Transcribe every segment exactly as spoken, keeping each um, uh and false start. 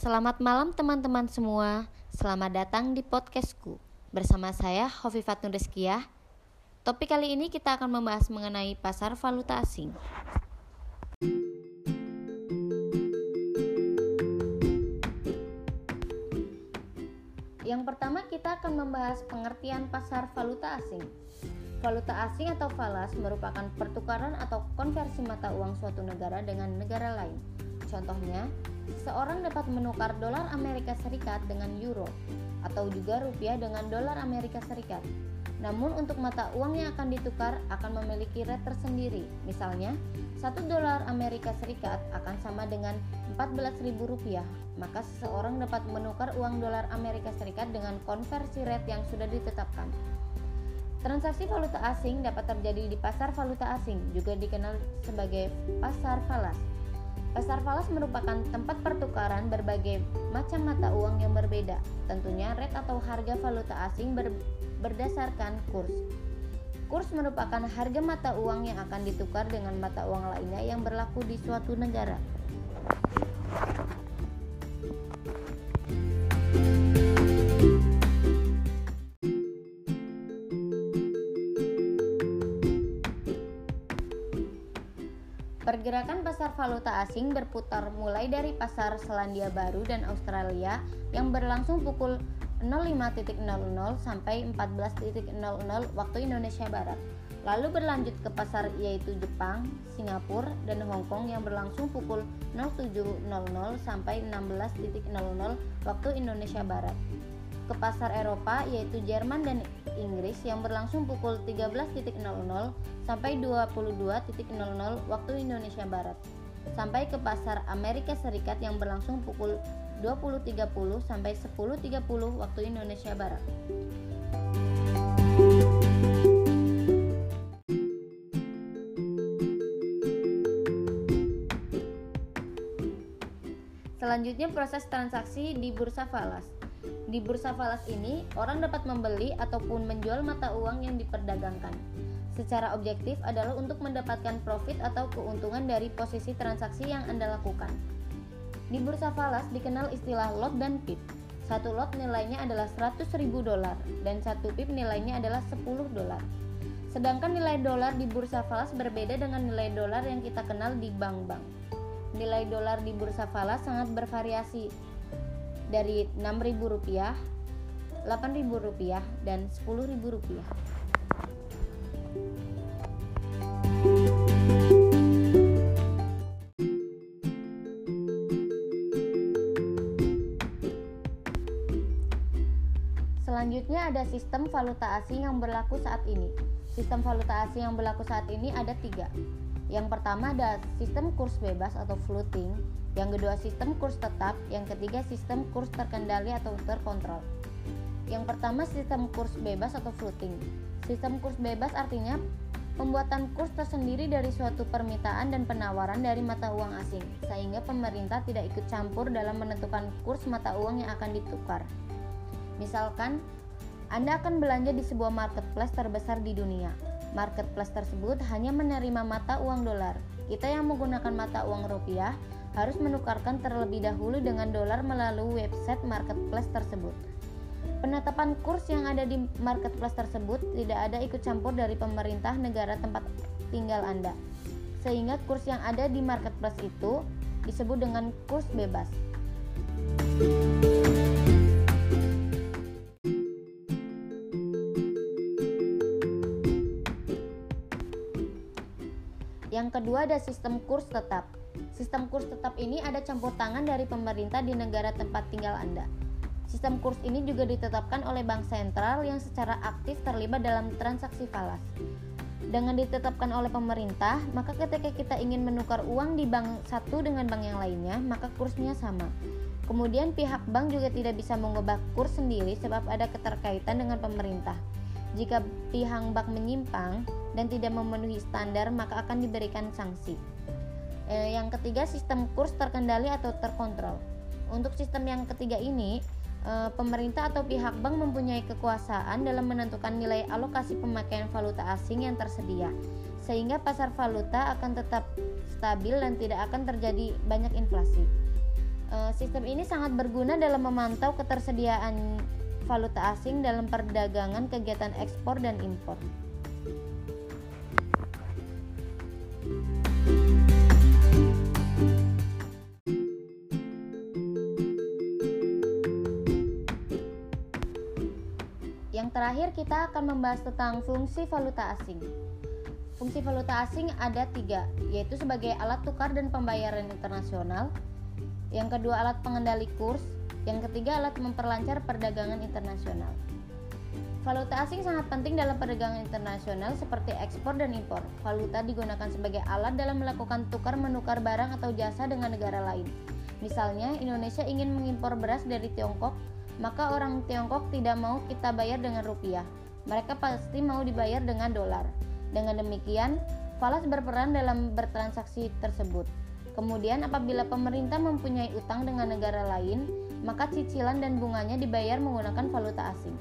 Selamat malam teman-teman semua. Selamat datang di podcastku. Bersama saya Hovifat Nurrizkiyah. Topik kali ini kita akan membahas mengenai pasar valuta asing. Yang pertama kita akan membahas pengertian pasar valuta asing. Valuta asing atau falas merupakan pertukaran atau konversi mata uang suatu negara dengan negara lain. Contohnya, seseorang dapat menukar dolar Amerika Serikat dengan euro atau juga rupiah dengan dolar Amerika Serikat. Namun untuk mata uang yang akan ditukar akan memiliki rate tersendiri. Misalnya, satu dolar Amerika Serikat akan sama dengan empat belas ribu rupiah. Maka seseorang dapat menukar uang dolar Amerika Serikat dengan konversi rate yang sudah ditetapkan. Transaksi valuta asing dapat terjadi di pasar valuta asing, juga dikenal sebagai pasar falas. Pasar falas merupakan tempat pertukaran berbagai macam mata uang yang berbeda. Tentunya rate atau harga valuta asing ber, berdasarkan kurs. Kurs merupakan harga mata uang yang akan ditukar dengan mata uang lainnya yang berlaku di suatu negara. Pergerakan pasar valuta asing berputar mulai dari pasar Selandia Baru dan Australia yang berlangsung pukul nol lima nol nol sampai empat belas nol nol waktu Indonesia Barat. Lalu berlanjut ke pasar yaitu Jepang, Singapura, dan Hong Kong yang berlangsung pukul nol tujuh nol nol sampai enam belas nol nol waktu Indonesia Barat. Ke pasar Eropa yaitu Jerman dan Inggris yang berlangsung pukul tiga belas nol nol sampai dua puluh dua nol nol waktu Indonesia Barat. Sampai ke pasar Amerika Serikat yang berlangsung pukul dua puluh tiga puluh sampai sepuluh tiga puluh waktu Indonesia Barat. Selanjutnya proses transaksi di bursa falas. Di bursa falas ini, orang dapat membeli ataupun menjual mata uang yang diperdagangkan. Secara objektif adalah untuk mendapatkan profit atau keuntungan dari posisi transaksi yang Anda lakukan. Di bursa falas dikenal istilah lot dan pip. Satu lot nilainya adalah seratus ribu dolar dan satu pip nilainya adalah sepuluh dolar. Sedangkan nilai dolar di bursa falas berbeda dengan nilai dolar yang kita kenal di bank-bank. Nilai dolar di bursa falas sangat bervariasi, dari enam ribu rupiah, delapan ribu rupiah, dan sepuluh ribu rupiah. Selanjutnya ada sistem valuta asing yang berlaku saat ini. Sistem valuta asing yang berlaku saat ini ada tiga. Yang pertama ada sistem kurs bebas atau floating. Yang kedua sistem kurs tetap, yang ketiga sistem kurs terkendali atau terkontrol. Yang pertama sistem kurs bebas atau floating. Sistem kurs bebas artinya pembuatan kurs tersendiri dari suatu permintaan dan penawaran dari mata uang asing, sehingga pemerintah tidak ikut campur dalam menentukan kurs mata uang yang akan ditukar. Misalkan, Anda akan belanja di sebuah marketplace terbesar di dunia. Marketplace tersebut hanya menerima mata uang dolar. Kita yang menggunakan mata uang rupiah harus menukarkan terlebih dahulu dengan dolar melalui website marketplace tersebut. Penetapan kurs yang ada di marketplace tersebut tidak ada ikut campur dari pemerintah negara tempat tinggal Anda, sehingga kurs yang ada di marketplace itu disebut dengan kurs bebas. Yang kedua ada sistem kurs tetap. Sistem kurs tetap ini ada campur tangan dari pemerintah di negara tempat tinggal Anda. Sistem kurs ini juga ditetapkan oleh bank sentral yang secara aktif terlibat dalam transaksi falas. Dengan ditetapkan oleh pemerintah, maka ketika kita ingin menukar uang di bank satu dengan bank yang lainnya, maka kursnya sama. Kemudian pihak bank juga tidak bisa mengubah kurs sendiri sebab ada keterkaitan dengan pemerintah. Jika pihak bank menyimpang dan tidak memenuhi standar, maka akan diberikan sanksi. Eh, yang ketiga sistem kurs terkendali atau terkontrol. Untuk sistem yang ketiga ini, eh, pemerintah atau pihak bank mempunyai kekuasaan dalam menentukan nilai alokasi pemakaian valuta asing yang tersedia, sehingga pasar valuta akan tetap stabil dan tidak akan terjadi banyak inflasi. E, sistem ini sangat berguna dalam memantau ketersediaan valuta asing dalam perdagangan kegiatan ekspor dan impor. Yang terakhir kita akan membahas tentang fungsi valuta asing. Fungsi valuta asing ada tiga, yaitu sebagai alat tukar dan pembayaran internasional, yang kedua alat pengendali kurs, yang ketiga alat memperlancar perdagangan internasional. Valuta asing sangat penting dalam perdagangan internasional seperti ekspor dan impor. Valuta digunakan sebagai alat dalam melakukan tukar menukar barang atau jasa dengan negara lain. Misalnya, Indonesia ingin mengimpor beras dari Tiongkok, maka orang Tiongkok tidak mau kita bayar dengan rupiah. Mereka pasti mau dibayar dengan dolar. Dengan demikian, falas berperan dalam bertransaksi tersebut. Kemudian, apabila pemerintah mempunyai utang dengan negara lain, maka cicilan dan bunganya dibayar menggunakan valuta asing.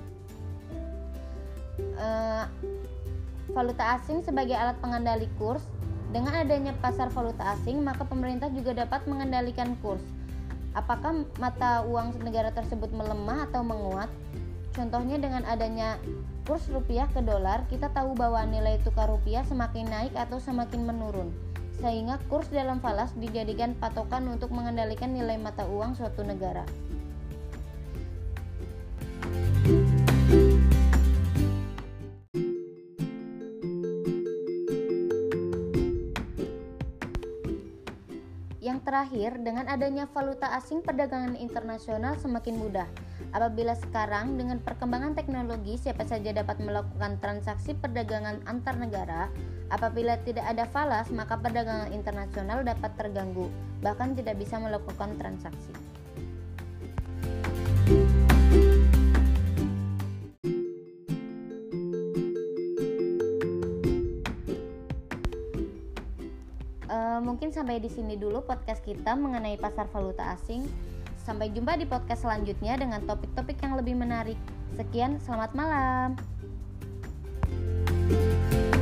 Uh, valuta asing sebagai alat pengendali kurs. Dengan adanya pasar valuta asing, maka pemerintah juga dapat mengendalikan kurs. Apakah mata uang negara tersebut melemah atau menguat? Contohnya dengan adanya kurs rupiah ke dolar, kita tahu bahwa nilai tukar rupiah semakin naik atau semakin menurun, sehingga kurs dalam falas dijadikan patokan untuk mengendalikan nilai mata uang suatu negara. Yang terakhir, dengan adanya valuta asing, perdagangan internasional semakin mudah. Apabila sekarang dengan perkembangan teknologi siapa saja dapat melakukan transaksi perdagangan antar negara, apabila tidak ada falas maka perdagangan internasional dapat terganggu, bahkan tidak bisa melakukan transaksi. Uh, mungkin sampai di sini dulu podcast kita mengenai pasar valuta asing. Sampai jumpa di podcast selanjutnya dengan topik-topik yang lebih menarik. Sekian, selamat malam.